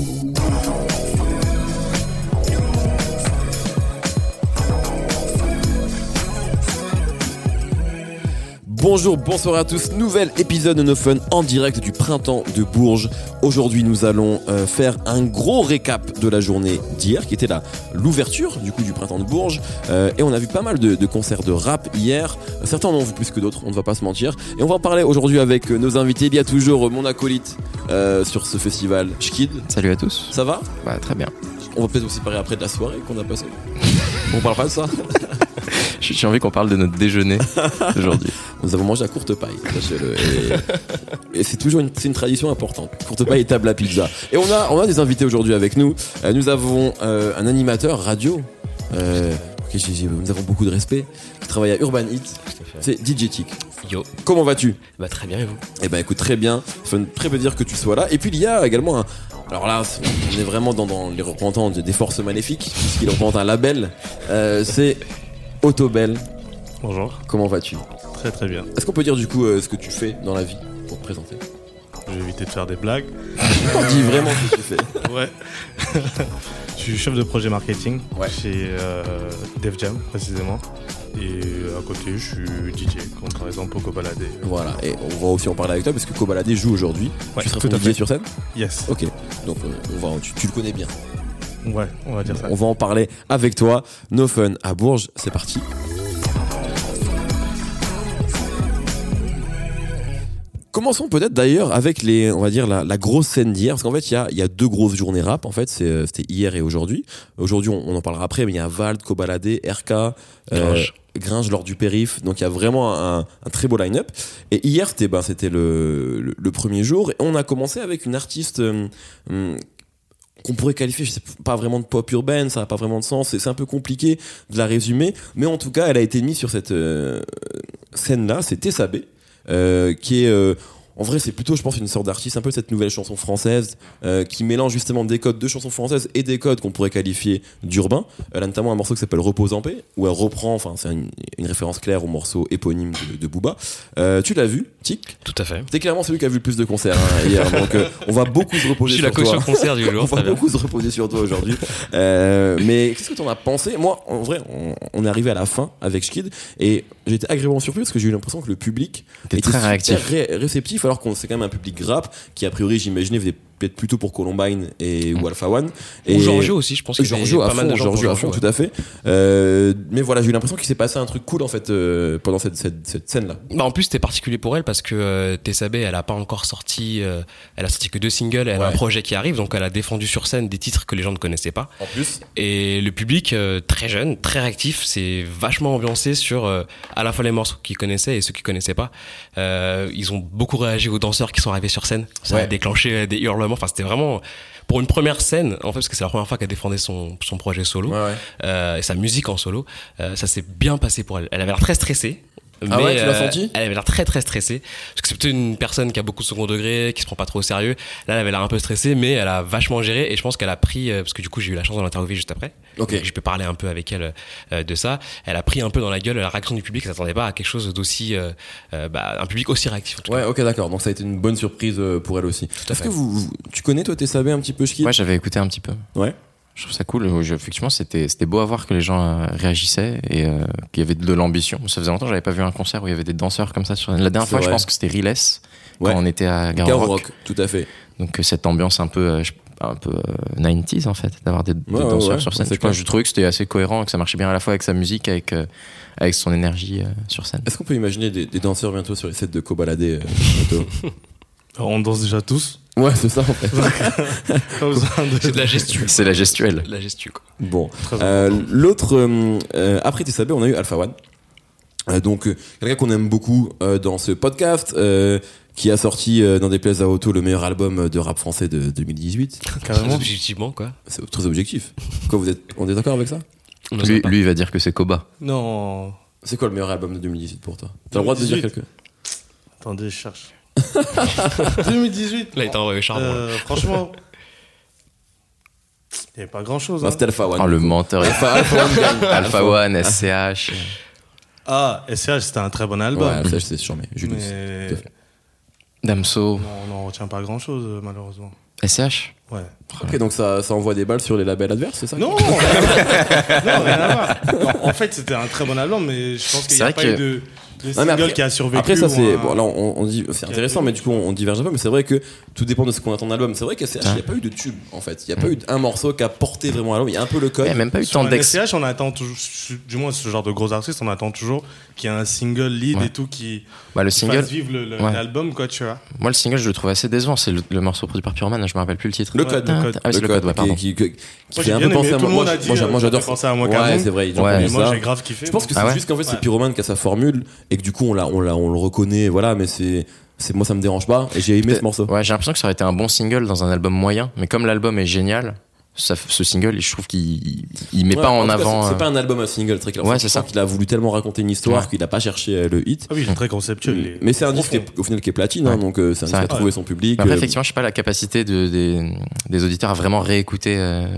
Bonjour, bonsoir à tous, nouvel épisode de No Fun en direct du printemps de Bourges. Aujourd'hui nous allons faire un gros récap de la journée d'hier qui était l'ouverture du coup du printemps de Bourges et on a vu pas mal de concerts de rap hier. Certains en ont vu plus que d'autres, on ne va pas se mentir. Et on va en parler aujourd'hui avec nos invités. Il y a toujours mon acolyte sur ce festival, Schkid. Salut à tous. Ça va ? Bah très bien. On va peut-être aussi parler après de la soirée qu'on a passée. On parle pas de ça. J'ai envie qu'on parle de notre déjeuner aujourd'hui. Nous avons mangé à courte paille, sachez-le. Et c'est toujours une tradition importante. Courte paille et table à pizza. Et on a des invités aujourd'hui avec nous. Nous avons un animateur radio. Nous avons beaucoup de respect. Qui travaille à Urban Hit. C'est DJ Tic. Yo. Comment vas-tu ? Bah très bien et vous ? Eh ben écoute, très bien. Ça fait très plaisir que tu sois là. Et puis il y a également alors là, on est vraiment dans les représentants des forces maléfiques, puisqu'il représente un label. C'est Autobel. Bonjour. Comment vas-tu ? Très très bien. Est-ce qu'on peut dire du coup ce que tu fais dans la vie pour te présenter ? Je vais éviter de faire des blagues. Dis vraiment ce que tu fais. Ouais. Je suis chef de projet marketing chez Def Jam précisément. Et à côté, je suis DJ, comme par exemple Coco Baladé. Voilà, et on va aussi en parler avec toi parce que Coco Baladé joue aujourd'hui. Ouais, tu seras tout à DJ fait sur scène ? Yes. Ok, donc tu le connais bien. Ouais, on va dire ça. On va en parler avec toi. No Fun à Bourges, c'est parti. Commençons peut-être d'ailleurs avec on va dire la grosse scène d'hier, parce qu'en fait il y a deux grosses journées rap en fait, c'était hier et aujourd'hui. Aujourd'hui on en parlera après, mais il y a Vald, Cobaladé, RK, Gringe lors du périph', donc il y a vraiment un très beau line-up. Et hier c'était le premier jour, et on a commencé avec une artiste qu'on pourrait qualifier, je sais pas vraiment de pop urbaine, ça n'a pas vraiment de sens, c'est un peu compliqué de la résumer, mais en tout cas elle a été mise sur cette scène-là, c'est Tessa B. Qui est en vrai c'est plutôt je pense une sorte d'artiste un peu cette nouvelle chanson française qui mélange justement des codes de chansons françaises et des codes qu'on pourrait qualifier d'urbain. Elle a notamment un morceau qui s'appelle Repose en paix où elle reprend, enfin c'est une référence claire au morceau éponyme de Booba. Tu l'as vu, Tic ? Tout à fait. T'es clairement celui qui a vu le plus de concerts hier, donc on va beaucoup se reposer sur toi. Je suis la caution concert du jour. On va beaucoup se reposer sur toi aujourd'hui. Mais qu'est-ce que t'en as pensé ? Moi en vrai on est arrivé à la fin avec Schkid et j'ai été agréablement surpris parce que j'ai eu l'impression que le public était très réactif, réceptif, alors qu'on c'est quand même un public rap qui a priori j'imaginais faisait peut-être plutôt pour Columbine ou Alpha One et ou Giorgio aussi, je pense qu'il y avait pas mal de gens Giorgio à fond, ouais. Tout à fait. Mais voilà, j'ai eu l'impression qu'il s'est passé un truc cool en fait pendant cette scène là. Bah en plus c'était particulier pour elle parce que Tessa B elle a pas encore sorti elle a sorti que 2 singles, elle a un projet qui arrive, donc elle a défendu sur scène des titres que les gens ne connaissaient pas. En plus. Et le public très jeune, très réactif, c'est vachement ambiancé sur à la fois les morceaux qu'ils connaissaient et ceux qui connaissaient pas. Ils ont beaucoup réagi aux danseurs qui sont arrivés sur scène. Ça a déclenché des hurlements. Enfin, c'était vraiment pour une première scène, en fait, parce que c'est la première fois qu'elle défendait son projet solo et sa musique en solo. Ça s'est bien passé pour elle. Elle avait l'air très stressée. Ah mais ouais, tu l'as senti ? Elle avait l'air très très stressée parce que c'est plutôt une personne qui a beaucoup de second degré, qui se prend pas trop au sérieux. Là, elle avait l'air un peu stressée, mais elle a vachement géré et je pense qu'elle a pris parce que du coup j'ai eu la chance de l'interviewer juste après. Okay. Donc, je peux parler un peu avec elle de ça. Elle a pris un peu dans la gueule la réaction du public. Elle s'attendait pas à quelque chose d'aussi un public aussi réactif. En tout cas. Ok, d'accord. Donc ça a été une bonne surprise pour elle aussi. Est-ce que tu connais toi Tessa B un petit peu, Schkid ? Ouais, j'avais écouté un petit peu. Ouais. Je trouve ça cool. Effectivement, c'était beau à voir que les gens réagissaient et qu'il y avait de l'ambition. Ça faisait longtemps que j'avais pas vu un concert où il y avait des danseurs comme ça. La dernière fois, je pense que c'était Riles quand on était à Garo Rock. Tout à fait. Donc cette ambiance un peu 90s en fait, d'avoir des danseurs sur scène. Je trouvais que c'était assez cohérent, que ça marchait bien à la fois avec sa musique, avec son énergie sur scène. Est-ce qu'on peut imaginer des danseurs bientôt sur les sets de Cobaladé On danse déjà tous. Ouais, c'est ça en fait. C'est de la gestuelle. C'est la gestuelle. La gestuelle quoi. Bon, l'autre après Tessa B, on a eu Alpha One. Donc quelqu'un qu'on aime beaucoup dans ce podcast, qui a sorti dans des plaies à auto le meilleur album de rap français de 2018. Carrément. Objectivement quoi. C'est très objectif. Quoi, on est d'accord avec ça ? Lui il va dire que c'est Koba. Non. C'est quoi le meilleur album de 2018 pour toi ? T'as le droit de dire quelque. Attendez, je cherche. 2018. Là, il t'a envoyé charbon. Franchement, il n'y avait pas grand chose. C'était Alpha One. Oh, le menteur. Alpha One, SCH. Ah, SCH, c'était un très bon album. Ouais, SCH, c'est charmé. Julius. Mais... Damso. Non, on n'en retient pas grand chose, malheureusement. SCH. Ouais. Ok, donc ça envoie des balles sur les labels adverses, c'est ça? Non, rien à voir. En fait, c'était un très bon album, mais je pense qu'il n'y a pas eu de single qui a survécu. Après, ça, c'est. Bon, là, on dit. C'est intéressant, mais du coup, on diverge un peu. Mais c'est vrai que tout dépend de ce qu'on attend d'un album. C'est vrai qu'à SCH, il n'y a pas eu de tube, en fait. Il n'y a pas eu un morceau qui a porté vraiment l'album. Il y a un peu le code. Il n'y a même pas eu tant d'ex. SCH, on attend toujours, du moins, ce genre de gros artistes, on attend toujours qu'il y ait un single lead et tout qui le single, fasse vivre l'album, quoi, tu vois. Moi, le single, je le trouve assez décevant. C'est le morceau produit par Pureman, je me rappelle plus le titre. Le code. Ah, c'est le code, pardon. Qui fait un peu penser à moi. Moi, j'adore penser à moi. Ouais, c'est vrai. Moi, j'ai grave kiffé. Je pense que c'est juste qu'en fait, c'est Pyroman qui a sa formule et que du coup, on le reconnaît, voilà, mais c'est moi, ça me dérange pas et j'ai aimé ce morceau. Ouais, j'ai l'impression que ça aurait été un bon single dans un album moyen, mais comme l'album est génial, ce single, je trouve qu'il met pas en avant. C'est pas un album, un single très clair. Ouais, c'est ça. Qu'il a voulu tellement raconter une histoire qu'il a pas cherché le hit. Ah oui, il est très conceptuel. Mais c'est un disque au final qui est platine, donc c'est un disque qui a trouvé son public. Après, effectivement, je sais pas la capacité des auditeurs à vraiment réécouter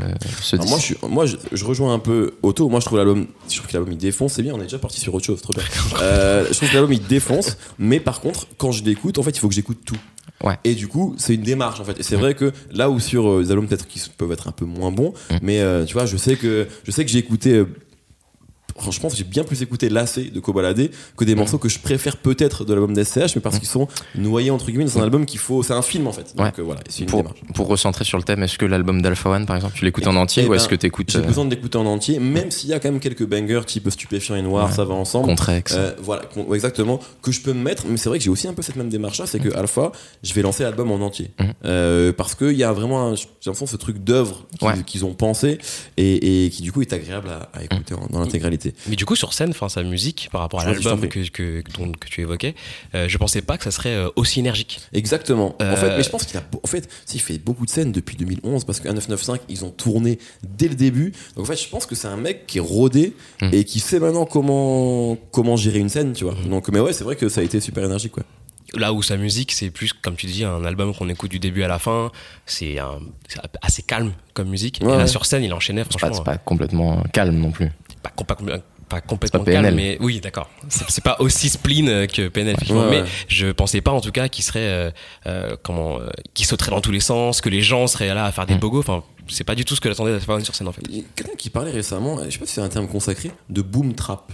ce disque. Moi, je rejoins un peu Otto. Moi, je trouve que l'album il défonce. C'est bien, on est déjà parti sur autre chose, trop bien. Je trouve que l'album il défonce, mais par contre, quand je l'écoute, en fait, il faut que j'écoute tout. Ouais. Et du coup, c'est une démarche en fait. Et c'est vrai que là où sur des albums peut-être qui peuvent être un peu moins bons, mais tu vois, je sais que j'ai écouté. Franchement, j'ai bien plus écouté Lacé de Kobalade que des morceaux que je préfère peut-être de l'album d'SCH, mais parce qu'ils sont noyés entre guillemets dans un album c'est un film en fait. Donc voilà, c'est une démarche. Pour recentrer sur le thème, est-ce que l'album d'Alpha One par exemple, tu l'écoutes en entier ou est-ce que t'écoutes J'ai besoin de l'écouter en entier, même s'il y a quand même quelques bangers type Stupéfiant et Noir, ça va ensemble. Contrex. Voilà, exactement, que je peux me mettre, mais c'est vrai que j'ai aussi un peu cette même démarche là, c'est que Alpha, je vais lancer l'album en entier. Parce qu'il y a vraiment, j'ai l'impression, ce truc d'œuvre qu'ils ont pensé et qui du coup est agréable à écouter dans l'intégralité. Mais du coup, sur scène, sa musique par rapport à l'album que tu évoquais, je pensais pas que ça serait aussi énergique. Exactement. En fait, mais je pense s'il fait beaucoup de scènes depuis 2011 parce qu'à 995 ils ont tourné dès le début. Donc en fait, je pense que c'est un mec qui est rodé et qui sait maintenant comment gérer une scène, tu vois. Donc mais ouais, c'est vrai que ça a été super énergique, quoi. Là où sa musique, c'est plus, comme tu dis, un album qu'on écoute du début à la fin. C'est assez calme comme musique. Et là, sur scène, il enchaînait, franchement. C'est pas complètement calme non plus. Pas complètement calme, mais oui, d'accord. C'est pas aussi spleen que PNL, effectivement. Mais je pensais pas, en tout cas, qu'il serait, qu'il sauterait dans tous les sens, que les gens seraient là à faire des bogos. Enfin, c'est pas du tout ce que j'attendais d'Alpha One sur scène, en fait. Quelqu'un qui parlait récemment, je sais pas si c'est un terme consacré, de boom trap.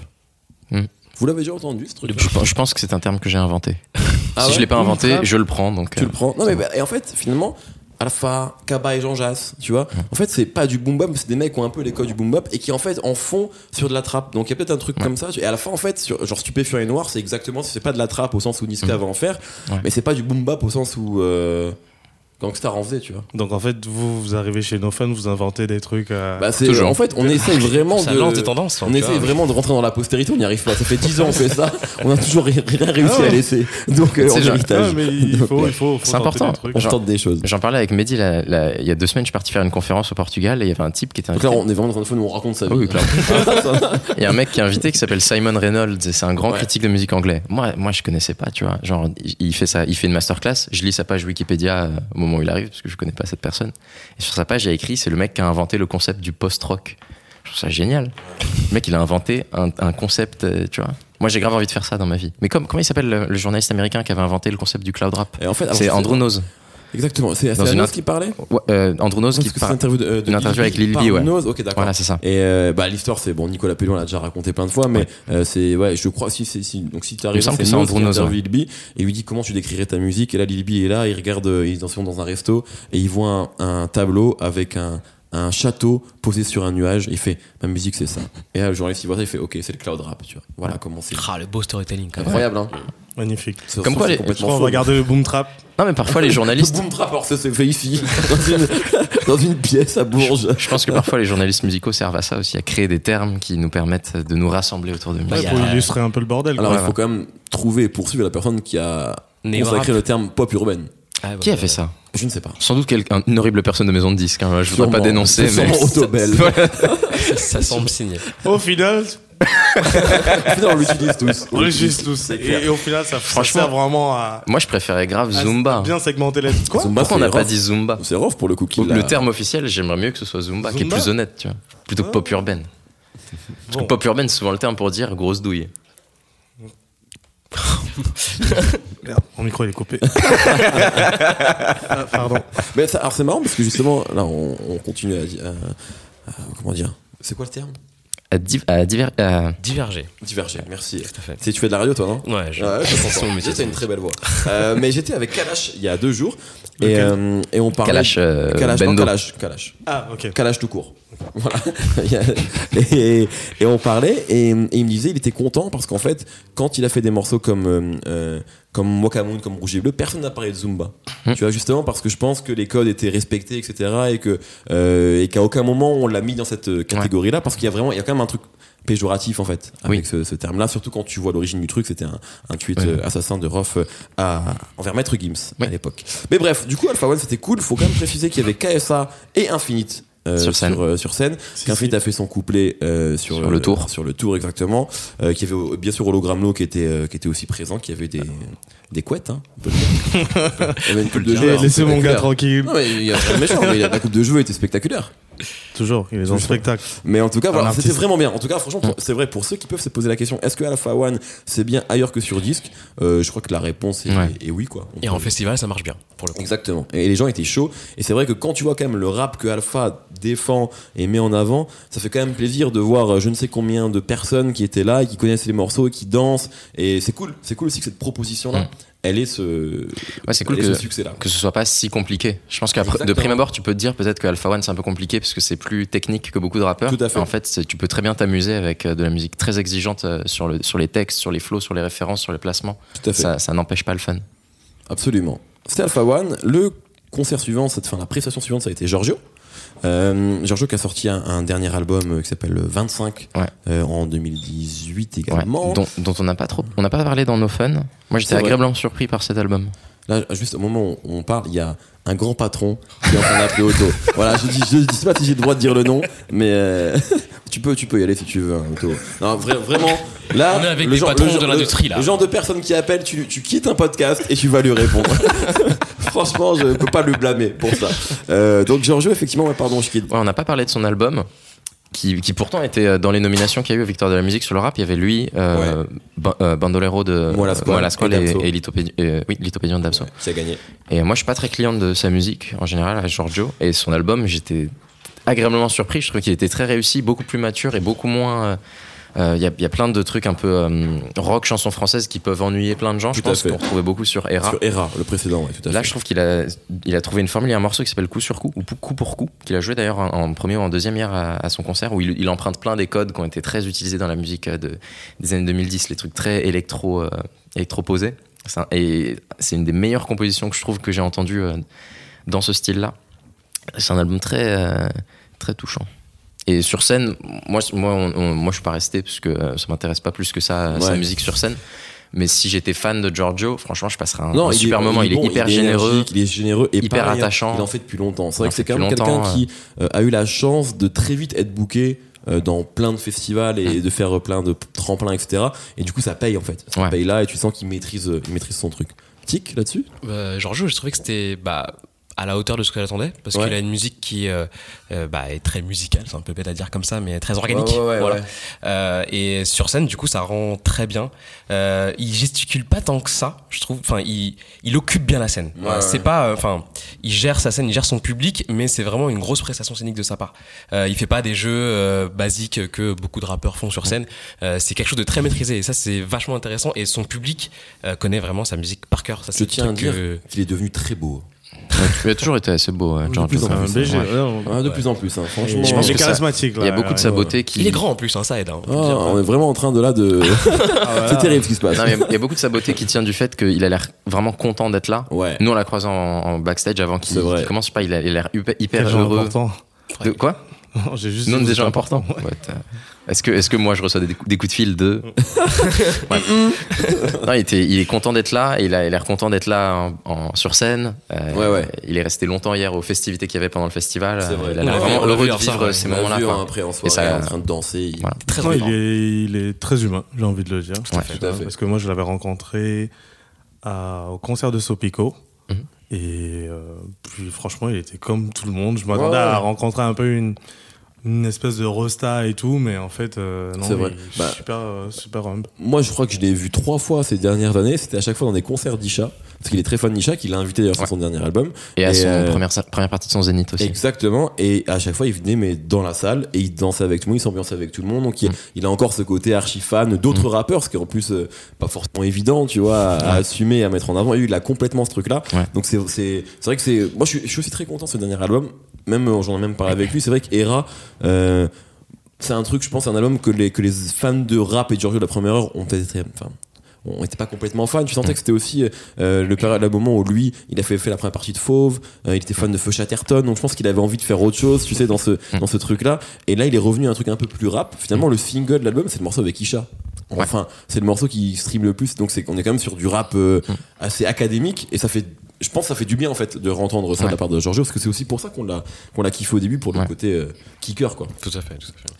Vous l'avez déjà entendu, ce truc? Je pense que c'est un terme que j'ai inventé. Si je l'ai pas inventé, je le prends. Donc, tu le prends. Non, mais et en fait, finalement, Alpha, Kaba et Jean Jass, tu vois. En fait, c'est pas du boom bap, c'est des mecs qui ont un peu les codes du boom bap et qui en fait en font sur de la trappe. Donc il y a peut-être un truc comme ça. Et à la fin, en fait, genre Stupéfiant et Noir, c'est exactement, c'est pas de la trappe au sens où Niska va en faire, mais c'est pas du boom bap au sens où Gangstar en faisait, tu vois. Donc en fait, vous arrivez chez No Fun, vous inventez des trucs. Toujours. En fait, on essaye vraiment ça lance des tendances. On essaye vraiment de rentrer dans la postérité, on n'y arrive pas. Ça fait 10 ans qu'on fait ça, on a toujours rien réussi à laisser. Donc on héritage. Mais il faut c'est important. On tente des choses. J'en parlais avec Mehdi il y a 2 semaines, je suis parti faire une conférence au Portugal et il y avait un type qui était invité. Donc là, on est vraiment dans une fois où on raconte sa vie. Oui, clairement. Il y a un mec qui est invité qui s'appelle Simon Reynolds et c'est un grand critique de musique anglais. Moi, je connaissais pas, tu vois. Genre, il fait une masterclass. Je lis sa page Wikipédia au moment où il arrive parce que je connais pas cette personne. Et sur sa page, il y a écrit c'est le mec qui a inventé le concept du post-rock. Je trouve ça génial. Le mec, il a inventé un concept, tu vois. Moi, j'ai grave envie de faire ça dans ma vie. Mais comment il s'appelle le journaliste américain qui avait inventé le concept du cloud rap? Et en fait, c'est Andrew Nose. Exactement, c'est Nose qui parlait. Andrew Nose qui parle. Une interview avec Lil B, ouais. Nose, ok, d'accord. Voilà, c'est ça. Et l'histoire, c'est Nicolas Pellon l'a déjà raconté plein de fois, mais je crois donc si tu arrives, c'est Andrew Nose. Lil B et lui dit comment tu décrirais ta musique, et là Lil B est là, il regarde, ils sont dans un resto et il voit un tableau avec un château posé sur un nuage, il fait ma musique c'est ça. Et là le journaliste il voit ça, il fait ok, c'est le cloud rap, tu vois. Voilà comment c'est. Le beau storytelling, incroyable, hein. Magnifique. Comme quoi, on va garder le boom trap. Non, mais parfois les journalistes. Le boom trap, alors ça c'est fait ici, dans une pièce à Bourges. Je pense que parfois les journalistes musicaux servent à ça aussi, à créer des termes qui nous permettent de nous rassembler autour de musique. Pour illustrer un peu le bordel. Alors il faut quand même trouver et poursuivre la personne qui a consacré le terme pop urbaine. Qui a fait ça? Je ne sais pas. Sans doute une horrible personne de maison de disques. Hein. Je voudrais pas dénoncer, mais. Autobelle. Ça semble signé. Au final, on l'utilise tous. On l'utilise tous. Et au final, ça sert vraiment à. Moi, je préférais grave Zumba. Bien segmenter la. Quoi? Pourquoi on n'a pas dit Zumba? C'est rough pour le coup. Le terme officiel, j'aimerais mieux que ce soit Zumba, qui est plus honnête, tu vois. Plutôt que pop urbaine. Parce que pop urbaine, c'est souvent le terme pour dire grosse douille. Merde, mon micro il est coupé. Pardon. Mais ça, alors c'est marrant parce que justement, là, on continue comment dire? C'est quoi le terme? Diverger. Diverger, merci. Tout à fait. Tu fais de la radio, toi, non? Ouais, je pense mon métier. T'as une très belle voix. Mais j'étais avec Kalash il y a 2 jours et on parlait. Kalash, non, Bendo. Kalash. Ah, ok. Kalash tout court. Voilà. et on parlait et il me disait il était content parce qu'en fait quand il a fait des morceaux comme Mokamoon, comme Rouge et Bleu, personne n'a parlé de Zumba. Tu vois, justement parce que je pense que les codes étaient respectés, etc. et qu'à aucun moment on l'a mis dans cette catégorie là parce qu'il y a quand même un truc péjoratif en fait avec ce terme là, surtout quand tu vois l'origine du truc. C'était un tweet assassin de Rof envers Maître Gims à l'époque. Mais bref, du coup Alpha One c'était cool. Faut quand même préciser qu'il y avait KSA et Infinite sur scène. Qu'Infinite a fait son couplet sur le tour exactement, qui avait bien sûr Hologramlo qui était aussi présent, qui avait des couettes, hein, on peut le dire. Il y avait une coupe de jeu. Laissez mon gars tranquille. Non, mais il y a rien de méchant, mais la coupe de jeu était spectaculaire. Toujours, il est dans le spectacle. Mais en tout cas, voilà, artiste. c'était vraiment bien. En tout cas, franchement, c'est vrai, pour ceux qui peuvent se poser la question, est-ce que Alpha One c'est bien ailleurs que sur disque, je crois que la réponse est oui, quoi. Et en festival, ça marche bien, pour le coup. Exactement. Et les gens étaient chauds. Et c'est vrai que quand tu vois quand même le rap que Alpha défend et met en avant, ça fait quand même plaisir de voir je ne sais combien de personnes qui étaient là et qui connaissent les morceaux et qui dansent. Et c'est cool. C'est cool aussi que cette proposition-là, elle est c'est cool ce succès-là. Que ce soit pas si compliqué. Je pense qu'après, de prime abord, tu peux te dire peut-être que Alpha One c'est un peu compliqué parce que c'est plus technique que beaucoup de rappeurs. Tout à fait. En fait, tu peux très bien t'amuser avec de la musique très exigeante sur les textes, sur les flows, sur les références, sur les placements. Tout à fait. Ça n'empêche pas le fun. Absolument. C'était Alpha One. Le concert suivant, la prestation suivante, ça a été Giorgio. Giorgio qui a sorti un dernier album qui s'appelle 25 en 2018 également. Ouais, dont on n'a pas parlé dans No Fun. Moi j'étais agréablement surpris par cet album. Là, juste au moment où on parle, il y a un grand patron qui est en train d'appeler Otto. Voilà, je dis pas si j'ai le droit de dire le nom, mais tu peux y aller si tu veux, hein, Otto. Non, vraiment, là, on est avec des patrons de l'industrie, là. Le genre de personne qui appelle, tu quittes un podcast et tu vas lui répondre. Franchement, je peux pas le blâmer pour ça. Donc Giorgio, effectivement, on n'a pas parlé de son album. Qui pourtant était dans les nominations qu'il y a eu aux Victoires de la musique sur le rap. Il y avait lui, Bandolero de Mola Squad et Lithopédion de Damso. Qui a gagné. Et moi, je suis pas très client de sa musique en général, à Giorgio. Et son album, j'étais agréablement surpris. Je trouvais qu'il était très réussi, beaucoup plus mature et beaucoup moins. Il y a plein de trucs un peu rock, chansons françaises qui peuvent ennuyer plein de gens. Je pense qu'on retrouvait beaucoup sur Era. Sur Era, le précédent, oui, tout à fait. Là, je trouve qu'il a trouvé une formule. Il y a un morceau qui s'appelle Coup sur coup, ou Coup pour coup, qu'il a joué d'ailleurs en premier ou en deuxième hier à son concert, où il emprunte plein des codes qui ont été très utilisés dans la musique des années 2010, les trucs très électro-posés. Et c'est une des meilleures compositions que je trouve que j'ai entendues dans ce style-là. C'est un album très, très touchant. Et sur scène, moi je suis pas resté parce que ça m'intéresse pas plus que ça, sa musique sur scène. Mais si j'étais fan de Giorgio, franchement, je passerais un super moment. Il est hyper généreux, il est généreux et hyper attachant. Il en fait depuis longtemps. C'est vrai que c'est quand même quelqu'un qui a eu la chance de très vite être booké dans plein de festivals et de faire plein de tremplins, etc. Et du coup, ça paye en fait. Ça paye là et tu sens qu'il maîtrise son truc. Tic là-dessus. Giorgio, je trouvais que c'était à la hauteur de ce que j'attendais, parce qu'il a une musique qui est très musicale, c'est un peu bête à dire comme ça, mais très organique. Voilà. Et sur scène, du coup, ça rend très bien. Il gesticule pas tant que ça, je trouve. Enfin, il occupe bien la scène. C'est pas, il gère sa scène, il gère son public, mais c'est vraiment une grosse prestation scénique de sa part. Il fait pas des jeux basiques que beaucoup de rappeurs font sur scène. C'est quelque chose de très maîtrisé, et ça, c'est vachement intéressant. Et son public connaît vraiment sa musique par cœur. Ça, je tiens à dire qu'il est devenu très beau. Il a toujours été assez beau, de plus en plus. De plus en plus, hein, franchement. Je pense que charismatique. Il y a beaucoup de sa beauté qui. Il est grand en plus, hein, ça aide. Hein, on est vraiment en train de. C'est terrible ce qui se passe. Il y a beaucoup de sa beauté qui tient du fait qu'il a l'air vraiment content d'être là. Nous, on l'a croisé en backstage avant qu'il commence. Je sais pas, il a l'air hyper heureux. De quoi? Non, déjà important. Est-ce que moi je reçois des coups de fil de Non, il est content d'être là et il a l'air content d'être là sur scène. Il est resté longtemps hier aux festivités qu'il y avait pendant le festival. Il a l'air vraiment heureux de vivre ces moments-là. Après en soirée, en train de danser. Il est très humain, j'ai envie de le dire. Tout à fait. Parce que moi je l'avais rencontré au concert de Sopico. Et puis franchement, il était comme tout le monde. Je m'attendais à rencontrer un peu une espèce de rosta et tout, mais en fait, non, C'est vrai. il est super humble. Moi, je crois que je l'ai vu 3 fois ces dernières années. C'était à chaque fois dans des concerts d'Isha. Parce qu'il est très fan d'Isha, qu'il a invité d'ailleurs sur son dernier album. Et à son première partie de son Zénith aussi. Exactement. Et à chaque fois, il venait mais dans la salle et il dansait avec tout le monde, il s'ambiançait avec tout le monde. Donc il a encore ce côté archi fan d'autres rappeurs, ce qui est en plus pas forcément évident, tu vois, à assumer, à mettre en avant. Et lui, il a complètement ce truc-là. Ouais. Donc c'est vrai que c'est. Moi, je suis aussi très content de ce dernier album. Même j'en ai même parlé avec lui. C'est vrai qu'Era. C'est un truc, je pense, un album que les fans de rap et de Giorgio de la première heure ont peut-être on n'était pas complètement fan. Tu sentais que c'était aussi le moment où lui, il a fait la première partie de Fauve, il était fan de Feu Chatterton, donc je pense qu'il avait envie de faire autre chose, tu sais, dans ce truc-là. Et là, il est revenu à un truc un peu plus rap. Finalement, le single de l'album, c'est le morceau avec Isha. Enfin, c'est le morceau qui stream le plus, donc on est quand même sur du rap assez académique, et je pense que ça fait du bien en fait de rentendre ça de la part de Giorgio, parce que c'est aussi pour ça qu'on l'a kiffé au début, pour le côté kicker, quoi. Tout à fait.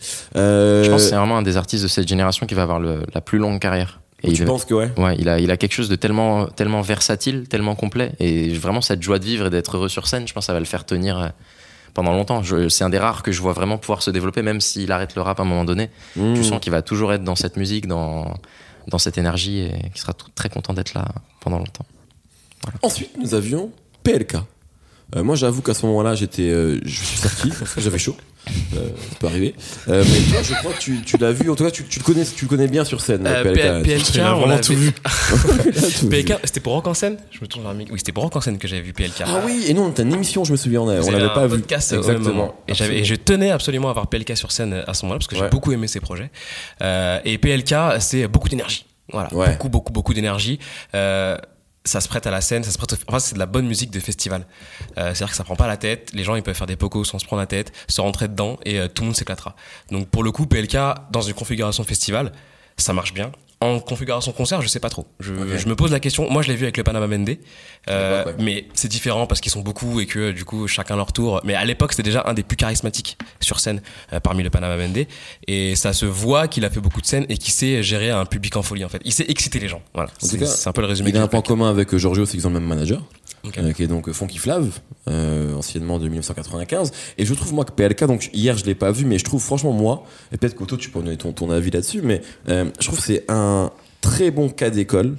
Je pense que c'est vraiment un des artistes de cette génération qui va avoir la plus longue carrière. Et tu penses que ouais, il a quelque chose de tellement versatile, tellement complet, et vraiment cette joie de vivre et d'être heureux sur scène, je pense que ça va le faire tenir pendant longtemps. C'est un des rares que je vois vraiment pouvoir se développer, même s'il arrête le rap à un moment donné. Tu sens qu'il va toujours être dans cette musique, dans cette énergie, et qu'il sera très content d'être là pendant longtemps. Voilà. Ensuite, nous avions PLK. Moi, j'avoue qu'à ce moment-là, je suis sorti parce que j'avais chaud. Ça peut arriver. Mais toi, je crois que tu l'as vu. En tout cas, tu le connais bien sur scène. PLK, on l'a tout vu. PLK, c'était pour Rock en scène. Je me tourne vers le micro. Oui, c'était pour Rock en scène que j'avais vu PLK. Ah oui, et nous, on était une émission, je me souviens. On l'avait pas vu. Podcast, exactement. Et je tenais absolument à voir PLK sur scène à ce moment-là parce que j'ai beaucoup aimé ses projets. Et PLK, c'est beaucoup d'énergie. Voilà, beaucoup d'énergie. Ça se prête à la scène, c'est de la bonne musique de festival. C'est-à-dire que ça prend pas la tête, les gens ils peuvent faire des pocos sans se prendre la tête, se rentrer dedans et tout le monde s'éclatera. Donc pour le coup, PLK dans une configuration festival, ça marche bien. En configuration concert, je sais pas trop. Je me pose la question. Moi, je l'ai vu avec le Panama Mende, mais c'est différent parce qu'ils sont beaucoup et que du coup chacun leur tour. Mais à l'époque, c'était déjà un des plus charismatiques sur scène parmi le Panama Mende, et ça se voit qu'il a fait beaucoup de scènes et qu'il sait gérer un public en folie. En fait, il sait exciter les gens. Voilà. C'est un peu le résumé. Il a un point commun avec Giorgio, c'est qu'ils ont le même manager. Qui est donc Funky Flav, anciennement de 1995. Et je trouve moi que PLK, donc hier je l'ai pas vu, mais je trouve franchement moi, et peut-être qu'Otto tu peux donner ton avis là-dessus, mais je trouve que c'est un très bon cas d'école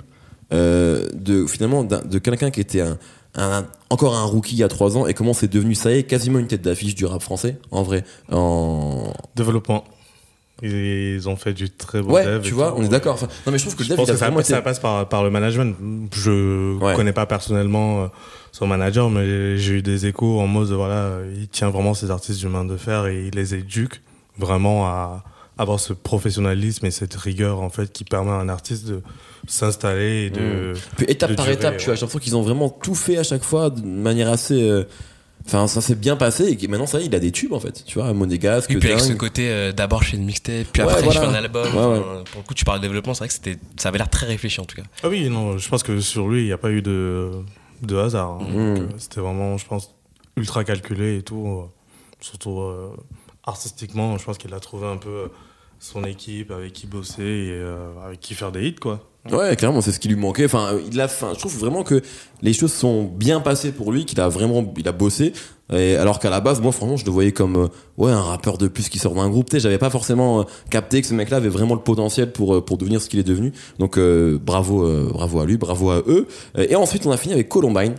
de quelqu'un qui était encore un rookie il y a 3 ans, et comment c'est devenu, ça y est, quasiment une tête d'affiche du rap français, en vrai, en développement. Ils ont fait du très bon dev. Tu vois, on est d'accord. Enfin, non, mais je trouve que le dev, ça passe par le management. Je connais pas personnellement son manager, mais j'ai eu des échos en mode voilà, il tient vraiment ses artistes du main de fer et il les éduque vraiment à avoir ce professionnalisme et cette rigueur en fait qui permet à un artiste de s'installer et de. Puis étape par étape, tu vois, j'ai l'impression qu'ils ont vraiment tout fait à chaque fois de manière assez. Enfin, ça s'est bien passé, et maintenant, ça y est, il a des tubes en fait, tu vois, monégasque. Et puis avec ce côté, d'abord je fais une mixtape, puis après je fais un album. Pour le coup, tu parles de développement, c'est vrai que ça avait l'air très réfléchi en tout cas. Ah oui, non, je pense que sur lui, il n'y a pas eu de hasard. Donc, c'était vraiment, je pense, ultra calculé et tout. Surtout artistiquement, je pense qu'il a trouvé un peu son équipe avec qui bosser et avec qui faire des hits, quoi. Ouais, clairement, c'est ce qui lui manquait. Enfin, je trouve vraiment que les choses sont bien passées pour lui, qu'il a bossé. Et alors qu'à la base, moi, franchement, je le voyais comme un rappeur de plus qui sort d'un groupe. Tu sais, j'avais pas forcément capté que ce mec-là avait vraiment le potentiel pour devenir ce qu'il est devenu. Donc, bravo à lui, bravo à eux. Et ensuite, on a fini avec Columbine.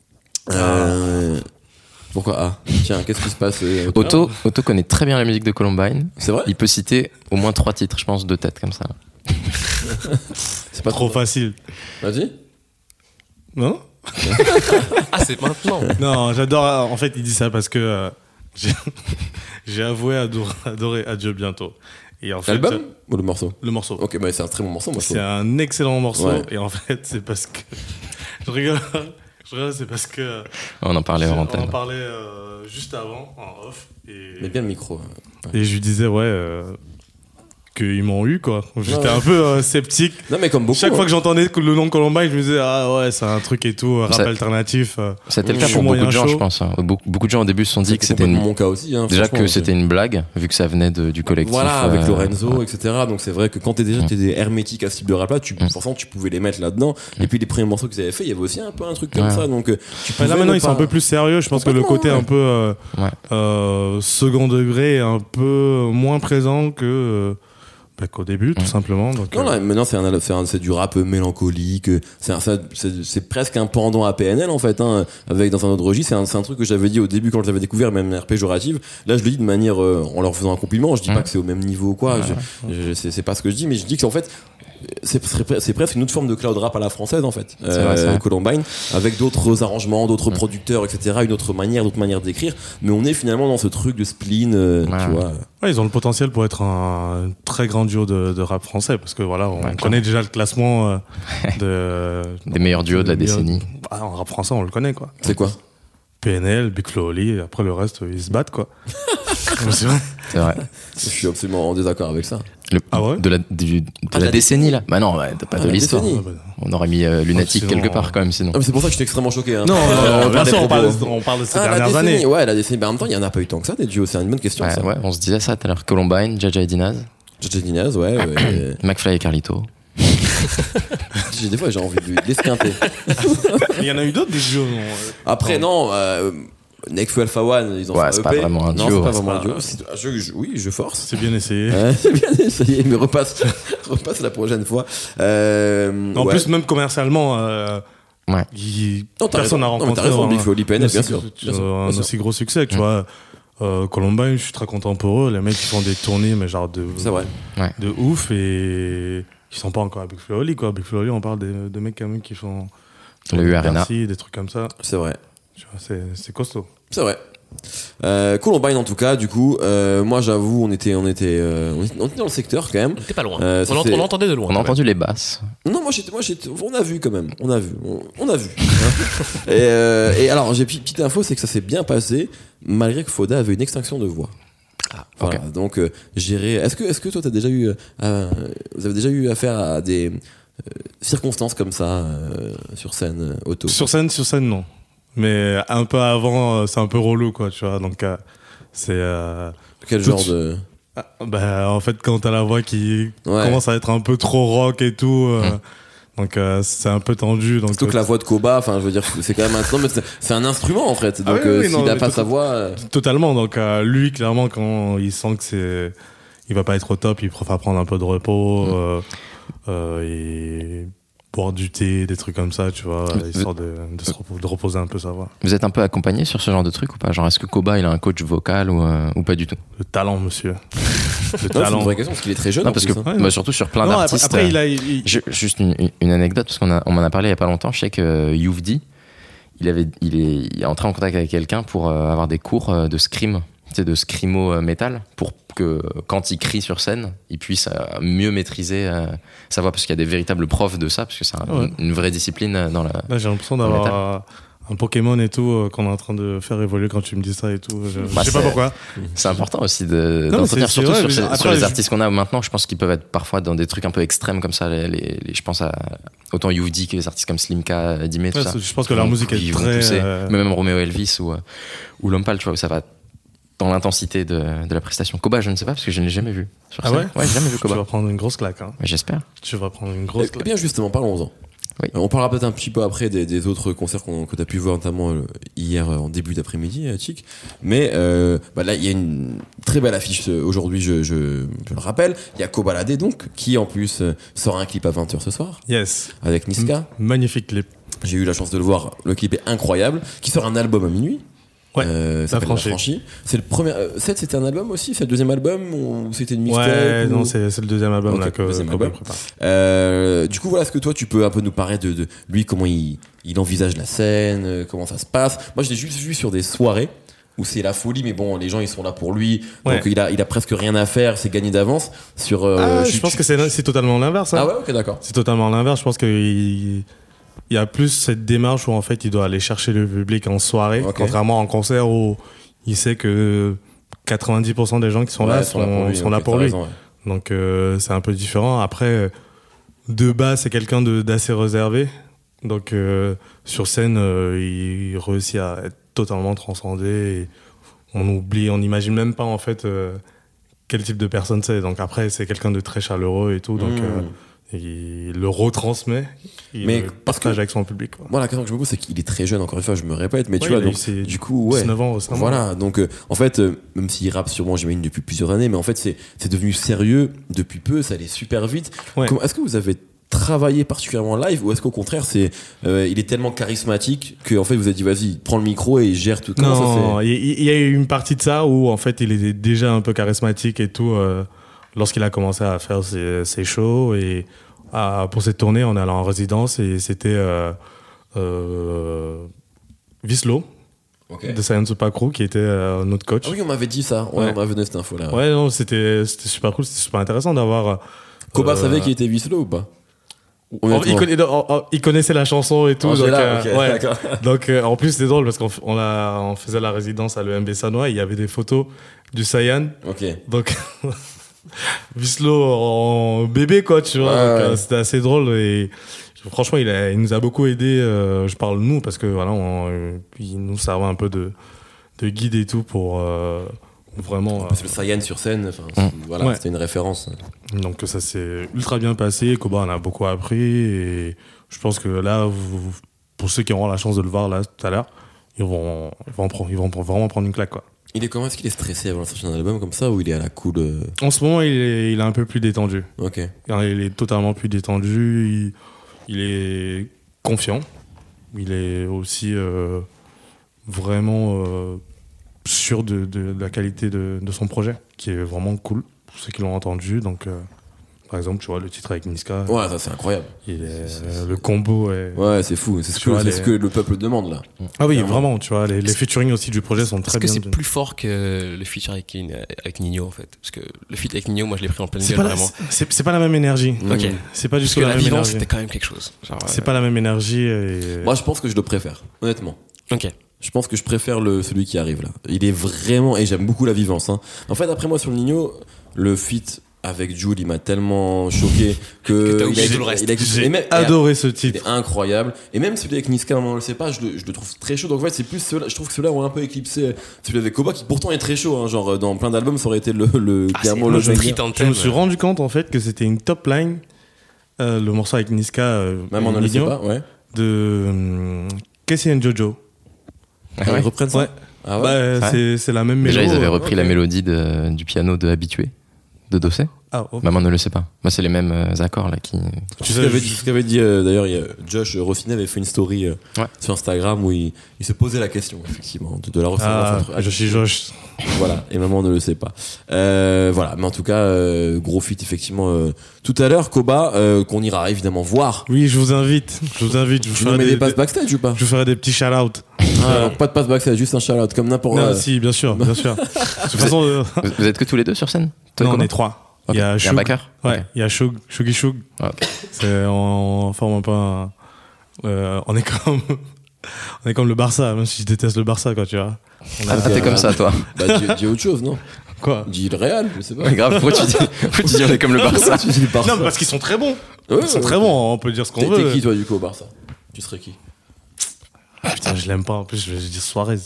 Pourquoi tiens, qu'est-ce qui se passe Otto connaît très bien la musique de Columbine. C'est vrai. Il peut citer au moins 3 titres, je pense, de tête comme ça. C'est pas trop facile. Vas-y. Non. C'est maintenant. Non, j'adore. En fait, il dit ça parce que j'ai avoué adorer Adieu bientôt. Et en fait, l'album ou le morceau? Le morceau. Ok, bah c'est un très bon morceau, moi je trouve. C'est un excellent morceau, et en fait, c'est parce que je rigole, c'est parce que on en parlait en antenne. On en parlait juste avant en off. Mais bien le micro. Et je lui disais qu'ils m'ont eu, quoi. J'étais un peu sceptique. Non, mais comme beaucoup. Chaque fois que j'entendais le nom Columbine, je me disais, ah ouais, c'est un truc et tout, rap alternatif. C'était le cas pour beaucoup de gens, je pense. Beaucoup de gens au début se sont dit que c'était mon cas aussi. Hein, déjà que c'était une blague, vu que ça venait du collectif. Voilà, avec Lorenzo, etc. Donc c'est vrai que quand t'es des hermétiques à ce type de rap là, forcément tu pouvais les mettre là-dedans. Et puis les premiers morceaux qu'ils avaient fait, il y avait aussi un peu un truc comme ça. Donc là maintenant ils sont un peu plus sérieux. Je pense que le côté un peu second degré est un peu moins présent que qu'au début, tout simplement. Donc, non, maintenant c'est du rap mélancolique. C'est presque un pendant à PNL en fait, hein, avec dans un autre registre. C'est un truc que j'avais dit au début quand je l'avais découvert, même une air péjorative. Là, je le dis de manière en leur faisant un compliment. Je dis pas que c'est au même niveau ou quoi. C'est pas ce que je dis, mais je dis que c'est en fait. C'est presque une autre forme de cloud rap à la française en fait, Columbine, avec d'autres arrangements, d'autres producteurs, etc., d'autres manières d'écrire, mais on est finalement dans ce truc de spleen, tu vois. Ouais, ils ont le potentiel pour être un très grand duo de rap français, parce que voilà, on connaît déjà le classement des meilleurs duos de la décennie. En rap français, on le connaît, quoi. C'est quoi? PNL, Big Flo Oli, et après le reste, ils se battent, quoi. C'est vrai. Je suis absolument en désaccord avec ça. De la décennie là. Bah non, pas de l'histoire. On aurait mis Lunatic quelque part quand même sinon. Ah, mais c'est pour ça que je suis extrêmement choqué. Hein. Non, on parle de ces dernières années. Ouais, la décennie. En même temps, il y en a pas eu tant que ça des duos. C'est une bonne question. Ça. Ouais, on se disait ça tout à l'heure. Columbine, Jaja et Dinaz. Jaja et Dinaz, ouais. McFly et Carlito. Des fois, j'ai envie de l'esquinter. Il y en a eu d'autres des duos. Après, non. Nekfeu Alpha One, ils ont fait c'est pas vraiment un duo. Non, c'est pas vraiment un duo. Oui, je force. C'est bien essayé. C'est bien essayé, mais repasse la prochaine fois. En plus, même commercialement, personne n'a rencontré. T'as raison, Big Flo Oli, PNL, bien sûr. Un aussi gros succès, tu vois. Columbine, je suis très content pour eux. Les mecs, ils font des tournées, mais genre de ouf, et qui sont pas encore à Big Flo Oli, quoi. Big Flo Oli, on parle de mecs quand même qui font le U-Arena, des trucs comme ça. C'est vrai. Tu vois, c'est costaud. C'est vrai. Columbine en tout cas, du coup, moi j'avoue, on était dans le secteur quand même. On était pas loin. On entendait de loin. On a entendu les basses. Non, moi on a vu quand même. On a vu. Hein. Et alors, j'ai petite info, c'est que ça s'est bien passé malgré que Foda avait une extinction de voix. Voilà. Okay. Donc gérer. Est-ce que toi vous avez déjà eu affaire à des circonstances comme ça sur scène auto? Sur scène, non. Mais un peu avant, c'est un peu relou, quoi, tu vois. Donc, c'est. Quel genre de. En fait, quand t'as la voix qui commence à être un peu trop rock et tout, donc c'est un peu tendu. Donc, surtout que la voix de Koba, enfin, je veux dire, c'est quand même c'est un instrument en fait. Donc, s'il n'a pas sa voix. Totalement. Donc, lui, clairement, quand il sent que il va pas être au top, il préfère prendre un peu de repos et boire du thé, des trucs comme ça, tu vois, histoire de reposer un peu sa voix. Vous êtes un peu accompagné sur ce genre de truc ou pas? Genre, est-ce que Koba, il a un coach vocal ou pas du tout? Le talent, monsieur. Le talent. C'est une vraie question, parce qu'il est très jeune. Non, parce que surtout sur plein d'artistes. Après, juste une anecdote, parce qu'on m'en a parlé il y a pas longtemps. Je sais que Youvdi, il est entré en contact avec quelqu'un pour avoir des cours de scream, de scrimo métal, pour que quand il crie sur scène, il puisse mieux maîtriser sa voix, parce qu'il y a des véritables profs de ça, parce que c'est une vraie discipline dans la. Là, j'ai l'impression d'avoir un Pokémon et tout qu'on est en train de faire évoluer quand tu me dis ça et tout. Je sais pas pourquoi. C'est important aussi d'entretenir, surtout sur les artistes qu'on a maintenant. Je pense qu'ils peuvent être parfois dans des trucs un peu extrêmes comme ça. Je pense à autant Youvdi que les artistes comme Slimka, Dime, tout ça. Je pense que leur musique est très. Même Romeo Elvis ou Lompal, tu vois, où ça va dans l'intensité de la prestation. Koba, je ne sais pas, parce que je ne l'ai jamais vu. Ah ouais? Ouais, j'ai jamais vu Koba. Tu vas prendre une grosse claque, hein. J'espère. Tu vas prendre une grosse claque. Eh bien, justement, parlons-en. Oui. On parlera peut-être un petit peu après des autres concerts que tu as pu voir, notamment hier en début d'après-midi, Chic. Mais là, il y a une très belle affiche aujourd'hui, je le rappelle. Il y a Kobalade, donc, qui en plus sort un clip à 20h ce soir. Yes. Avec Niska. Magnifique clip. J'ai eu la chance de le voir. Le clip est incroyable. Qui sort un album à minuit. Ouais, ça franchi. C'est le premier. C'était un album aussi? C'est le deuxième album ou c'était une mixtape? Ouais, non, c'est le deuxième album là, que Koba prépare. Du coup, voilà, est-ce que toi tu peux un peu nous parler de lui, comment il envisage la scène, comment ça se passe? Moi, je l'ai juste vu sur des soirées où c'est la folie, mais bon, les gens ils sont là pour lui, donc il a presque rien à faire, c'est gagné d'avance. Je pense que c'est totalement l'inverse. Hein. Ah ouais, ok, d'accord. C'est totalement l'inverse. Je pense que il y a plus cette démarche où en fait il doit aller chercher le public en soirée, contrairement en concert où il sait que 90% des gens qui sont là sont là pour lui. Raison, ouais. Donc c'est un peu différent. Après, de base, c'est quelqu'un d'assez réservé. Donc sur scène, il réussit à être totalement transcendé. Et on n'imagine même pas en fait quel type de personne c'est. Donc après, c'est quelqu'un de très chaleureux et tout. Donc il le retransmet, il le partage avec son public. Quoi. Moi, la question que je me pose, c'est qu'il est très jeune, encore une fois, je me répète, mais tu vois, donc, du coup, 19 ans récemment. Voilà, donc en fait, même s'il rappe sûrement, j'imagine, depuis plusieurs années, mais en fait, c'est devenu sérieux depuis peu, ça allait super vite. Ouais. Est-ce que vous avez travaillé particulièrement en live, ou est-ce qu'au contraire, il est tellement charismatique que en fait, vous avez dit, vas-y, prends le micro et gère tout. Non, il y a eu une partie de ça où en fait, il était déjà un peu charismatique et tout. Lorsqu'il a commencé à faire ses shows et pour cette tournée, on est allé en résidence et c'était Vislo de Science Super Crew qui était notre coach. Ah oui, on m'avait dit ça, on m'avait donné cette info là. Ouais, non, c'était super cool, c'était super intéressant d'avoir. Koba savait qu'il était Vislo ou pas? Il connaissait la chanson et tout. Donc, en plus, c'était drôle parce qu'on faisait la résidence à l'EMB Sanois. Il y avait des photos du Saiyan. Donc, Vislo en bébé, quoi, tu vois. Donc, c'était assez drôle et franchement, il nous a beaucoup aidé. Je parle nous parce que voilà, il nous servait un peu de guide et tout pour vraiment. Parce que le Saiyan sur scène, c'était une référence. Donc ça s'est ultra bien passé. Koba en a beaucoup appris et je pense que là, pour ceux qui auront la chance de le voir là tout à l'heure, ils vont vraiment prendre une claque, quoi. Il est comment? Est-ce qu'il est stressé avant la sortie d'un album comme ça ou il est à la cool? En ce moment, il est un peu plus détendu. Ok. Il est totalement plus détendu. Il est confiant. Il est aussi vraiment sûr de la qualité de son projet, qui est vraiment cool pour ceux qui l'ont entendu. Donc, par exemple, tu vois le titre avec Niska. Ouais, ça c'est incroyable. Le combo est. Ouais, c'est fou. C'est ce que le peuple demande là. Ah oui, vraiment. Tu vois, les featuring aussi du projet sont très bien. Est-ce que c'est plus fort que le feature avec Nino en fait? Parce que le feat avec Nino, moi je l'ai pris en pleine gueule vraiment. C'est pas la même énergie. Ok. C'est pas du tout la même vivance, énergie. c'était quand même quelque chose. C'est pas la même énergie. Moi, je pense que je le préfère, honnêtement. Ok. Je pense que je préfère celui qui arrive là. Il est vraiment, et j'aime beaucoup la vivance. Hein. En fait, après moi sur le Nino, le feat avec Jul, il m'a tellement choqué que t'as oublié tout le reste. J'ai adoré ce titre. C'est incroyable. Et même celui avec Niska, on ne le sait pas, je le trouve très chaud. Donc en fait, c'est plus je trouve que ceux-là ont un peu éclipsé celui avec Koba, qui pourtant est très chaud. Hein, genre dans plein d'albums, ça aurait été clairement le je me suis rendu compte en fait que c'était une top line. Le morceau avec Niska, même on ne le sait pas, ouais. De Casey and Jojo. Ils reprennent ça. Ouais. Ah ouais. C'est la même mélodie. Déjà, ils avaient repris la mélodie du piano de Habitué de Dossé. Maman ne le sait pas. Moi, c'est les mêmes accords là qui. Tu sais ce qu'avait dit d'ailleurs, Josh Rossinet avait fait une story sur Instagram où il se posait la question effectivement de la ressemblance entre Josh. Voilà, et maman ne le sait pas. Voilà, mais en tout cas, gros feat effectivement. Tout à l'heure, Koba, qu'on ira évidemment voir. Oui, je vous invite. Je vous mets des passes backstage ou pas? Je vous ferai des petits shout-out. Pas de passe backstage, juste un shout-out comme n'importe. Non, si, bien sûr. De toute façon, vous êtes que tous les deux sur scène? Non, on est 3. Okay. Il y a Shug. Un backer. Ouais, il y a Shuggy Shug. Okay. On forme un peu on est comme le Barça, même si je déteste le Barça, quoi, tu vois. T'es comme ça, toi. Bah, dis autre chose, non? Quoi? Dis le Real, je sais pas. Ouais, grave, pourquoi tu dis on est comme le Barça? Tu dis le Barça. Non, parce qu'ils sont très bons. Ils sont très bons, on peut dire ce qu'on veut. T'es qui, toi, du coup, au Barça? Tu serais qui? Putain, je l'aime pas. En plus, je vais dire Suarez.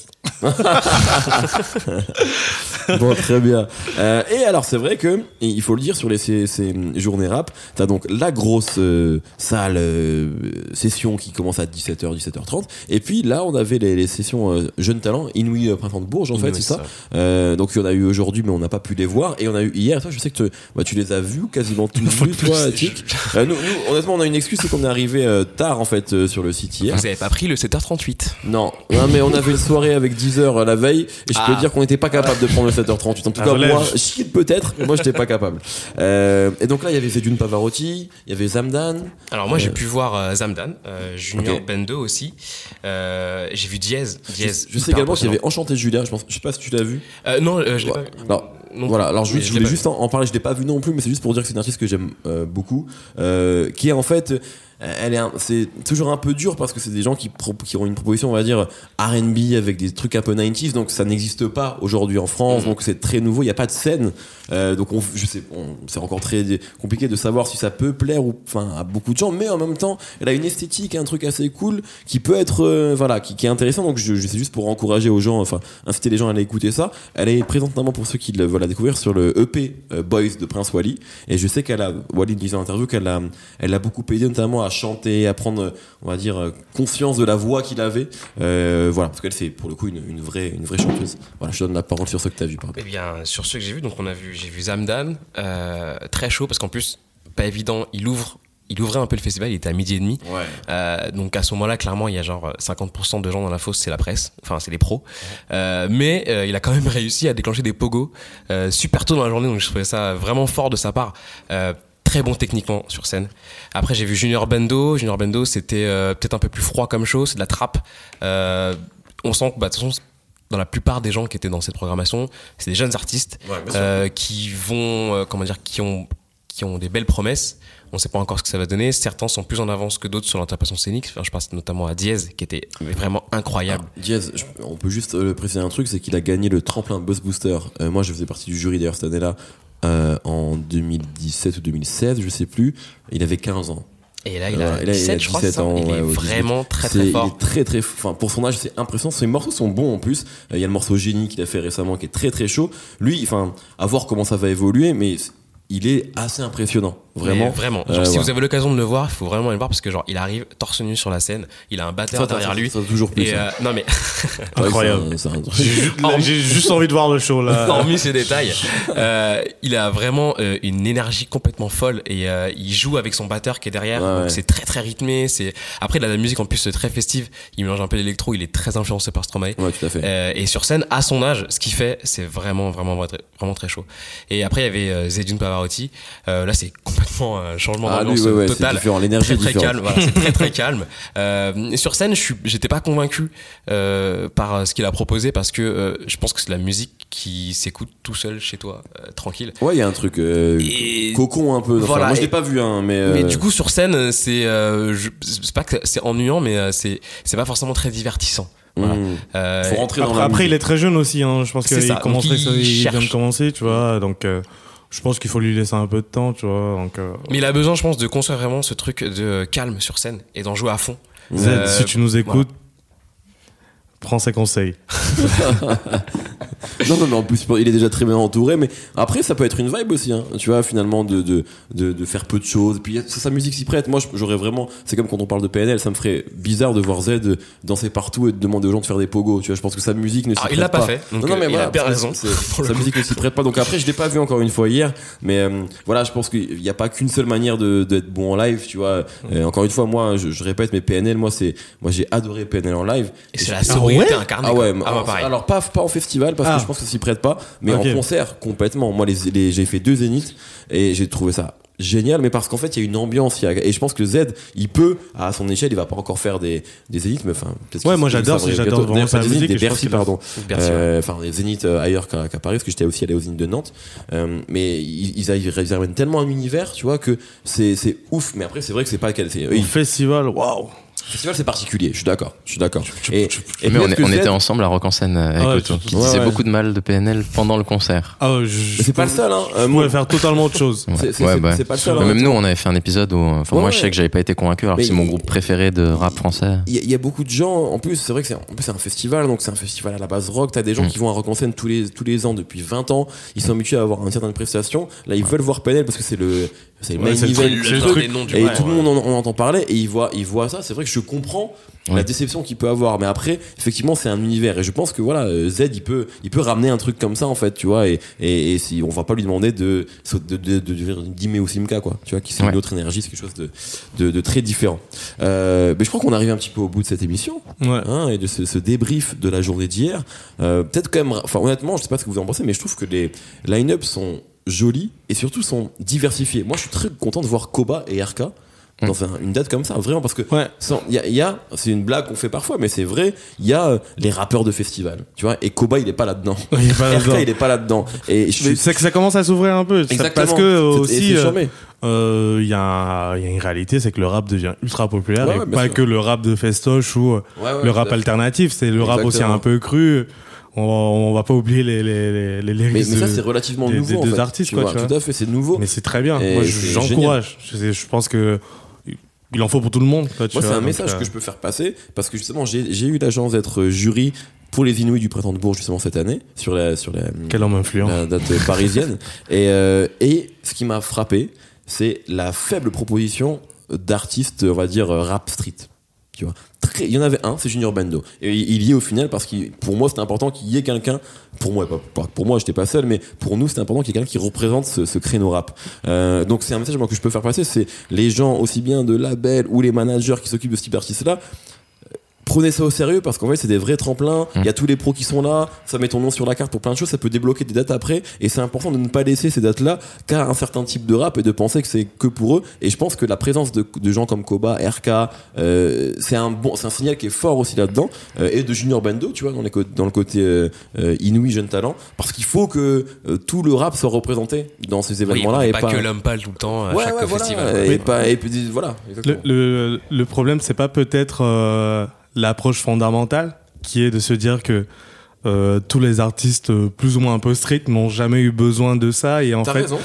Bon, très bien. Et alors, c'est vrai que, il faut le dire, sur ces journées rap, t'as donc la grosse salle session qui commence à 17h, 17h30. Et puis là, on avait les sessions Jeunes Talents, Inouï Printemps de Bourges, en fait, c'est ça. Donc, il y en a eu aujourd'hui, mais on n'a pas pu les voir. Et on a eu hier. Toi, je sais que tu les as vus quasiment tous vus, toi, Tic. Nous, honnêtement, on a une excuse, c'est qu'on est arrivé tard, en fait, sur le site hier. Vous avez pas pris le 7h38? Non, mais on avait une soirée avec 10h la veille et je peux dire qu'on n'était pas capable de prendre le 7h38. En tout cas, moi, Chic peut-être, mais moi, j'étais pas capable. Et donc là, il y avait Zedune Pavarotti, il y avait Zamdan. Alors moi, j'ai pu voir Zamdan, Junior Bendo aussi. J'ai vu Diez. Je sais également qu'il y avait Enchanté Julia, je sais pas si tu l'as vu. Non, je l'ai pas vu. Alors je voulais juste en parler, je l'ai pas vu non plus, mais c'est juste pour dire que c'est une artiste que j'aime beaucoup, qui est en fait c'est toujours un peu dur parce que c'est des gens qui ont une proposition, on va dire, R&B avec des trucs un peu 90s, donc ça n'existe pas aujourd'hui en France, donc c'est très nouveau, il n'y a pas de scène, donc c'est encore très compliqué de savoir si ça peut plaire à beaucoup de gens, mais en même temps, elle a une esthétique, un truc assez cool qui peut être, qui est intéressant, donc je c'est juste pour encourager aux gens, inciter les gens à aller écouter ça. Elle est présente notamment pour ceux qui veulent la découvrir sur le EP Boys de Prince Wally, et je sais Wally disait en interview qu'elle a beaucoup aidé notamment à chanter, à prendre, on va dire, conscience de la voix qu'il avait, parce qu'elle c'est pour le coup une vraie chanteuse. Voilà, je donne la parole sur ce que tu as vu. Eh bien, sur ceux que j'ai vu, donc j'ai vu Zamdan, très chaud parce qu'en plus pas évident, il ouvrait un peu le festival, il était à 12h30. Ouais. Donc à ce moment-là, clairement, il y a genre 50% de gens dans la fosse, c'est la presse, c'est les pros. Mais il a quand même réussi à déclencher des pogos super tôt dans la journée, donc je trouvais ça vraiment fort de sa part. Très bon techniquement sur scène. Après, j'ai vu Junior Bendo. Junior Bendo, c'était peut-être un peu plus froid comme show, c'est de la trappe. On sent que, de toute façon, dans la plupart des gens qui étaient dans cette programmation, c'est des jeunes artistes qui vont, qui ont des belles promesses. On ne sait pas encore ce que ça va donner. Certains sont plus en avance que d'autres sur l'interprétation scénique. Je pense notamment à Diez, qui était vraiment incroyable. Diez, on peut juste préciser un truc, c'est qu'il a gagné le tremplin Buzz Booster. Moi, je faisais partie du jury d'ailleurs cette année-là, en 2017 ou 2016, je sais plus. Il avait 15 ans. Et là, il a 17, je crois, c'est ça. Ans, il est vraiment très fort. Il est très très, pour son âge, c'est impressionnant. Ses morceaux sont bons en plus. Il y a le morceau Génie qu'il a fait récemment qui est très très chaud. Lui, à voir comment ça va évoluer, mais il est assez impressionnant. Vraiment. Mais vraiment. Si vous avez l'occasion de le voir, il faut vraiment aller le voir parce que il arrive torse nu sur la scène, il a un batteur derrière lui. Ça toujours plus. Non mais. Incroyable. J'ai juste envie de voir le show là. Hormis ces détails, il a vraiment une énergie complètement folle et il joue avec son batteur qui est derrière. Donc c'est très très rythmé. Après il a la musique en plus très festive. Il mélange un peu l'électro. Il est très influencé par Stromae. Ouais, tout à fait. Et sur scène, à son âge, ce qu'il fait, c'est vraiment très chaud. Et après il y avait Zedune Pavarotti. Là c'est complètement un changement d'ambiance total. C'est différent, l'énergie très différente. calme. Voilà, c'est très très calme. Sur scène, j'étais pas convaincu par ce qu'il a proposé parce que je pense que c'est de la musique qui s'écoute tout seul chez toi, tranquille. Ouais, il y a un truc cocon un peu. Voilà, moi je l'ai pas vu, mais du coup sur scène, c'est pas que c'est ennuyant, mais c'est pas forcément très divertissant. Voilà. Faut rentrer dans après il est très jeune aussi, je pense qu'il vient de commencer, tu vois, donc. Je pense qu'il faut lui laisser un peu de temps, tu vois. Donc, mais il a besoin, je pense, de construire vraiment ce truc de calme sur scène et d'en jouer à fond. Zed, si tu nous écoutes, prends ses conseils. Non, mais en plus, il est déjà très bien entouré. Mais après, ça peut être une vibe aussi, tu vois, finalement, de faire peu de choses. Et puis, sa musique s'y prête. Moi, j'aurais vraiment. C'est comme quand on parle de PNL, ça me ferait bizarre de voir Z danser partout et de demander aux gens de faire des pogos. Tu vois, je pense que sa musique ne s'y prête pas. Il l'a pas fait. Donc non, mais il a bien raison. Sa musique ne s'y prête pas. Donc après, je l'ai pas vu encore une fois hier. Mais voilà, je pense qu'il n'y a pas qu'une seule manière d'être bon en live, tu vois. Encore une fois, moi, je répète, mais PNL, moi, j'ai adoré PNL en live. Et c'est la sobriété incarnée. Ah ouais, pareil. alors pas en festival parce que je pense que ça s'y prête pas, mais en concert complètement. Moi j'ai fait 2 zéniths et j'ai trouvé ça génial, mais parce qu'en fait il y a une ambiance, et je pense que Z il peut à son échelle, il va pas encore faire des zéniths, mais moi j'adore vraiment sa musique, des Bercy des zéniths ailleurs qu'à Paris, parce que j'étais aussi allé aux zéniths de Nantes, mais ils amènent tellement un univers, tu vois, que c'est ouf. Mais après c'est vrai que c'est pas au festival, waouh. Le festival c'est particulier, je suis d'accord. Mais on était ensemble à Rock en scène avec Otto, qui disait beaucoup de mal de PNL pendant le concert. C'est pas le seul, je pourrais faire totalement autre chose. C'est pas le seul. Même nous on avait fait un épisode où moi je sais que j'avais pas été convaincu, alors que c'est mon groupe préféré de rap français. Il y a beaucoup de gens, en plus c'est vrai que c'est un festival, donc c'est un festival à la base rock. T'as des gens qui vont à Rock en scène tous les ans depuis 20 ans, ils sont habitués à avoir une certaine prestation. Là ils veulent voir PNL parce que c'est le main event, le truc, et tout le monde en entend parler et ils voient ça. C'est vrai que je comprends la déception qu'il peut avoir, mais après effectivement c'est un univers, et je pense que voilà, Z il peut ramener un truc comme ça en fait, tu vois, et si on va pas lui demander de devenir Dimé ou Simca, quoi, tu vois, qui c'est une autre énergie, c'est quelque chose de très différent. Mais je crois qu'on arrive un petit peu au bout de cette émission, et de ce débrief de la journée d'hier. Peut-être quand même, honnêtement je sais pas ce que vous en pensez, mais je trouve que les line-up sont jolis et surtout sont diversifiés. Moi je suis très content de voir Koba et RK dans une date comme ça, vraiment, parce que c'est une blague qu'on fait parfois, mais c'est vrai, il y a les rappeurs de festival, tu vois, et Koba il est pas là-dedans, RK il est pas là-dedans, et c'est que ça commence à s'ouvrir un peu. Exactement. Parce que aussi Il y a une réalité, c'est que le rap devient ultra populaire, Ouais, et bien pas sûr. que le rap de festoche ou le rap alternatif, c'est le rap aussi Exactement. un peu cru. On va pas oublier les lyrics Mais ça, c'est relativement nouveau. des en deux fait, artistes, tu quoi, vois. tu vois. Tout à fait, c'est nouveau. Mais c'est très bien. Et Moi, c'est j'encourage. Je pense que il en faut pour tout le monde. Quoi, tu Moi, c'est vois, un donc, message que je peux faire passer parce que justement, j'ai eu la chance d'être jury pour les Inouïs du Printemps de Bourges justement cette année sur la Quel homme influent. la date parisienne. Et ce qui m'a frappé, c'est la faible proposition d'artistes, on va dire rap street. Tu vois, il y en avait un, c'est Junior Bendo. Et il y est au final parce que pour moi c'était important qu'il y ait quelqu'un, pour moi, pas pour moi j'étais pas seul, mais pour nous c'était important qu'il y ait quelqu'un qui représente ce créneau rap. Donc c'est un message moi, que je peux faire passer, c'est les gens aussi bien de labels ou les managers qui s'occupent de ce type d'artistes-là. Prenez ça au sérieux parce qu'en fait c'est des vrais tremplins, il y a tous les pros qui sont là, ça met ton nom sur la carte pour plein de choses, ça peut débloquer des dates après et c'est important de ne pas laisser ces dates là qu'à un certain type de rap et de penser que c'est que pour eux. Et je pense que la présence de gens comme Koba, RK, c'est un signal qui est fort aussi là-dedans, et de Junior Bendo, tu vois, dans le côté Inouï jeune talent, parce qu'il faut que tout le rap soit représenté dans ces événements là, et et pas que l'homme pâle tout le temps à chaque festival. Voilà, et puis voilà, exactement. Le problème, c'est pas peut-être l'approche fondamentale qui est de se dire que tous les artistes plus ou moins un peu street n'ont jamais eu besoin de ça, et en T'as fait raison.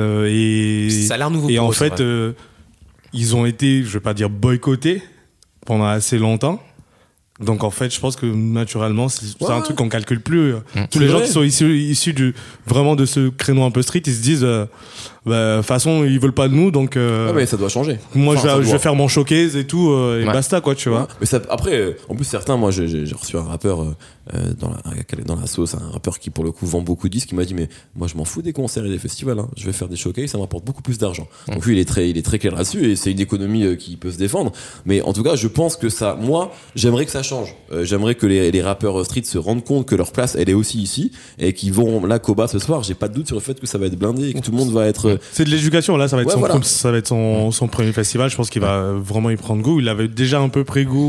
Ça a l'air nouveau et pour en eux, c'est fait vrai. ils ont été, je vais pas dire boycottés pendant assez longtemps. Donc en fait, je pense que naturellement, c'est un truc qu'on calcule plus. Tous les gens qui sont issus vraiment de ce créneau un peu street, ils se disent, de toute façon, ils veulent pas de nous, donc Mais ça doit changer. moi Enfin, je vais faire mon showcase et tout, et basta, quoi, tu vois. Mais ça, après, en plus certains, moi j'ai reçu un rappeur dans la sauce, un rappeur qui pour le coup vend beaucoup de disques, qui m'a dit mais moi je m'en fous des concerts et des festivals, hein. Je vais faire des showcases, ça m'apporte beaucoup plus d'argent. Donc lui il est très clair là-dessus et c'est une économie qui peut se défendre. Mais en tout cas je pense que ça, moi j'aimerais que ça change. J'aimerais que les rappeurs street se rendent compte que leur place elle est aussi ici et qu'ils vont là Koba ce soir. J'ai pas de doute sur le fait que ça va être blindé et que tout le monde va être. C'est de l'éducation, là ça va être Ouais, ça va être son premier festival. Je pense qu'il va vraiment y prendre goût. Il avait déjà un peu pris goût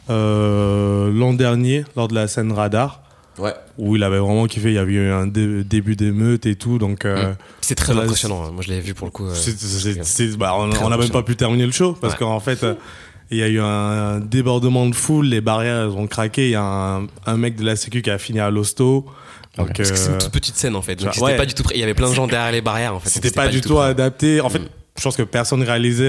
l'an dernier lors de la scène Radar. Ouais. Où il avait vraiment kiffé, il y avait eu un début d'émeute et tout, donc C'est très là, impressionnant. Moi je l'avais vu pour le coup. on n'a même pas pu terminer le show parce qu'en fait il y a eu un débordement de foule, les barrières elles ont craqué, il y a un mec de la sécu qui a fini à l'hosto. Donc, Parce que c'est une toute petite scène en fait. Donc ouais. c'était pas du tout. Il y avait plein de gens derrière les barrières en fait. C'était pas du tout adapté. En fait, je pense que personne réalisait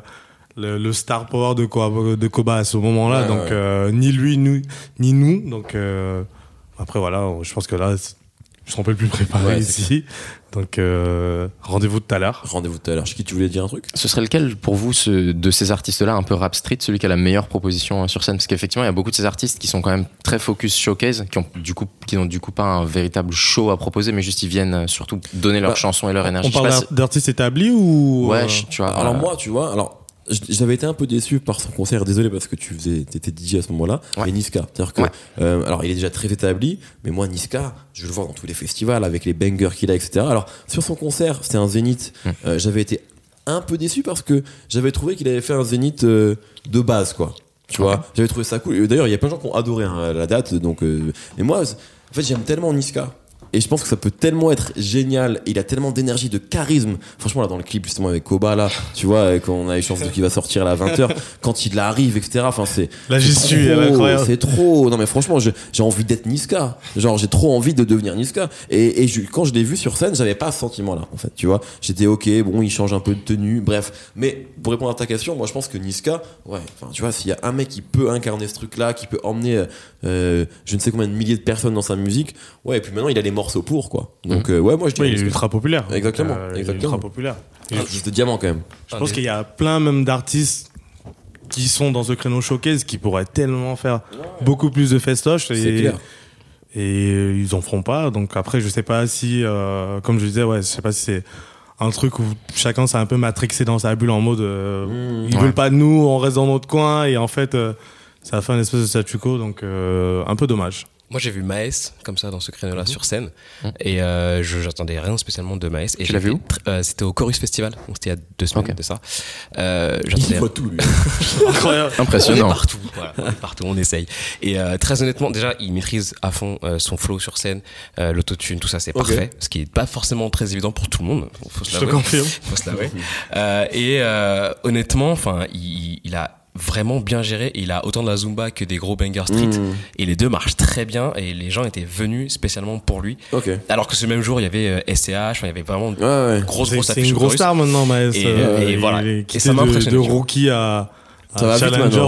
le star power de Koba à ce moment-là. Ouais, donc ni lui ni nous. Donc après voilà, je pense que là je suis un peu plus préparé ici. Donc rendez-vous tout à l'heure. Rendez-vous tout à l'heure. Qui tu voulais dire un truc? Ce serait lequel pour vous de ces artistes-là, un peu rap street, celui qui a la meilleure proposition sur scène? Parce qu'effectivement, il y a beaucoup de ces artistes qui sont quand même très focus showcase, qui ont du coup pas un véritable show à proposer, mais juste ils viennent surtout donner leurs chansons et leur énergie. On parle d'artistes établis ou Ouais, tu vois. Alors moi, tu vois, j'avais été un peu déçu par son concert, désolé parce que t'étais DJ à ce moment-là, mais Niska. C'est-à-dire que, alors il est déjà très établi, mais moi Niska, je le vois dans tous les festivals avec les bangers qu'il a, etc. Alors sur son concert, c'était un Zénith, j'avais été un peu déçu parce que j'avais trouvé qu'il avait fait un Zénith de base, quoi. Tu vois, j'avais trouvé ça cool. Et d'ailleurs, il y a plein de gens qui ont adoré la date, donc. Et moi, en fait, j'aime tellement Niska. Et je pense que ça peut tellement être génial. Il a tellement d'énergie, de charisme. Franchement, là, dans le clip, justement, avec Koba, là, tu vois, quand on a eu chance de qu'il va sortir à la 20h, quand il arrive, etc. Enfin, c'est. La gestu, elle est incroyable. C'est trop. Non, mais franchement, j'ai envie d'être Niska. Genre, j'ai trop envie de devenir Niska. Et quand je l'ai vu sur scène, j'avais pas ce sentiment-là, en fait, tu vois. J'étais ok, bon, il change un peu de tenue, bref. Mais pour répondre à ta question, moi, je pense que Niska, enfin, tu vois, s'il y a un mec qui peut incarner ce truc-là, qui peut emmener, je ne sais combien de milliers de personnes dans sa musique, et puis maintenant, il a les morceaux pour, quoi. Donc, moi, je dis. Oui, il est ultra populaire. Exactement. Il est ultra populaire. Juste de diamant, quand même. Je pense qu'il y a plein même d'artistes qui sont dans ce créneau showcase qui pourraient tellement faire beaucoup plus de festoches. C'est clair. Et ils en feront pas. Donc après, je sais pas si, comme je disais, je sais pas si c'est un truc où chacun s'est un peu matrixé dans sa bulle en mode ils veulent pas de nous, on reste dans notre coin, et en fait ça a fait un espèce de statu quo, donc un peu dommage. Moi, j'ai vu Maes comme ça dans ce créneau-là sur scène, et j'attendais rien spécialement de Maes. Et tu l'as vu où? C'était au Chorus Festival, donc c'était il y a 2 semaines de ça. Il voit tout lui. Incroyable. Impressionnant. On est partout, voilà, on est partout, on essaye. Et très honnêtement, déjà, il maîtrise à fond son flow sur scène, l'autotune, tout ça, c'est parfait, ce qui est pas forcément très évident pour tout le monde. Faut se l'avouer. Je te confirme. Faut se l'avouer. Et honnêtement, enfin, il a vraiment bien géré. Il a autant de la Zumba que des gros bangers street. Et les deux marchent très bien. Et les gens étaient venus spécialement pour lui. Alors que ce même jour, il y avait SCH. Il y avait vraiment une grosse affiche. C'est une grosse star maintenant, Maes. Et voilà. Et ça m'impressionne. De rookie à challenger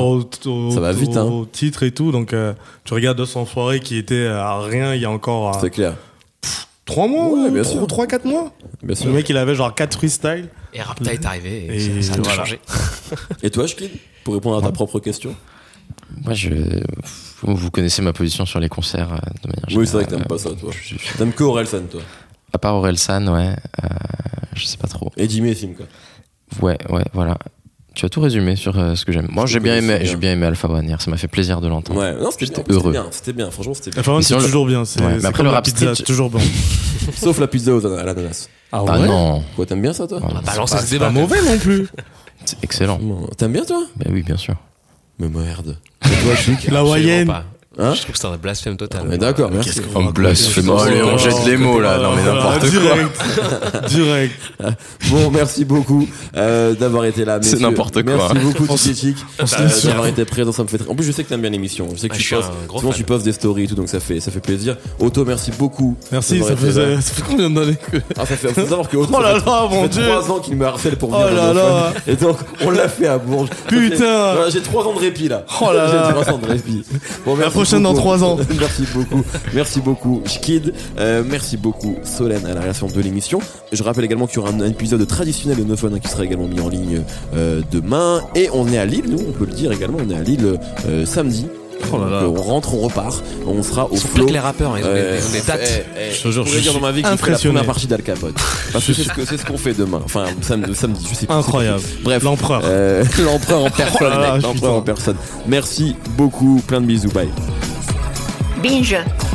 au titre et tout. Donc, tu regardes son foiré qui était à rien il y a encore. C'est clair. 3 mois, 3-4 mois. Bien sûr. Le mec, il avait genre 4 freestyles. Et Rapta est arrivé et ça a tout changé. Et toi, Shkid, pour répondre à ta propre question? Moi, vous connaissez ma position sur les concerts de manière générale. Oui, c'est vrai que t'aimes pas ça, toi. T'aimes que Orelsan, toi? À part Orelsan, ouais. Je sais pas trop. Et Jimmy et Sim, quoi. Ouais, voilà. Tu as tout résumé sur ce que j'aime. Moi, j'ai bien aimé Alpha One hier. Ça m'a fait plaisir de l'entendre. Ouais, non, j'étais heureux. C'était bien, franchement, c'était bien. Alpha One, c'est toujours bien. Mais après, le rap pizza, c'est toujours bon. Sauf la pizza à l'ananas. Ah non. Quoi, t'aimes bien ça, toi? Balancer ce débat. Pas mauvais non plus. C'est excellent. T'aimes bien, toi? Ben oui, bien sûr. Mais merde. Et toi, Chic? La Wayenne. Hein? Je trouve que c'est un blasphème total. Mais d'accord, merci. Un blasphème. Allez, on jette les mots là. Non mais n'importe quoi. Direct. Bon, merci beaucoup d'avoir été là. C'est n'importe quoi. Merci beaucoup, Chic, d'avoir été présent. Ça me fait. En plus, je sais que t'aimes bien l'émission. Je sais que tu postes des stories et tout, donc ça fait plaisir. Otto, merci beaucoup. Merci. Ça fait combien d'années que? Ah, ça fait. Faut savoir que Otto. Oh là là, mon Dieu. 3 ans qu'il me harcèle pour venir. Oh là là. Et donc, on l'a fait à Bourges. Putain. J'ai 3 ans de répit là. Oh là là. J'ai 3 ans de répit. Bon, la prochaine dans 3 ans. Merci beaucoup Shkid, merci beaucoup Solène à la réalisation de l'émission. Je rappelle également qu'il y aura un épisode traditionnel de 9 qui sera également mis en ligne demain. Et on est à Lille, nous on peut le dire également, on est à Lille samedi. Oh là là. On rentre, on repart, on sera au flow. Que les rappeurs, ils ont des dates. Je pourrais dire dans ma vie que je fais la première partie d'Al Capote. Parce que c'est ce qu'on fait demain. Enfin, samedi, je sais pas. Incroyable. Bref. L'empereur. L'empereur en personne. Oh là là, l'empereur en personne. Merci beaucoup, plein de bisous, bye. Binge.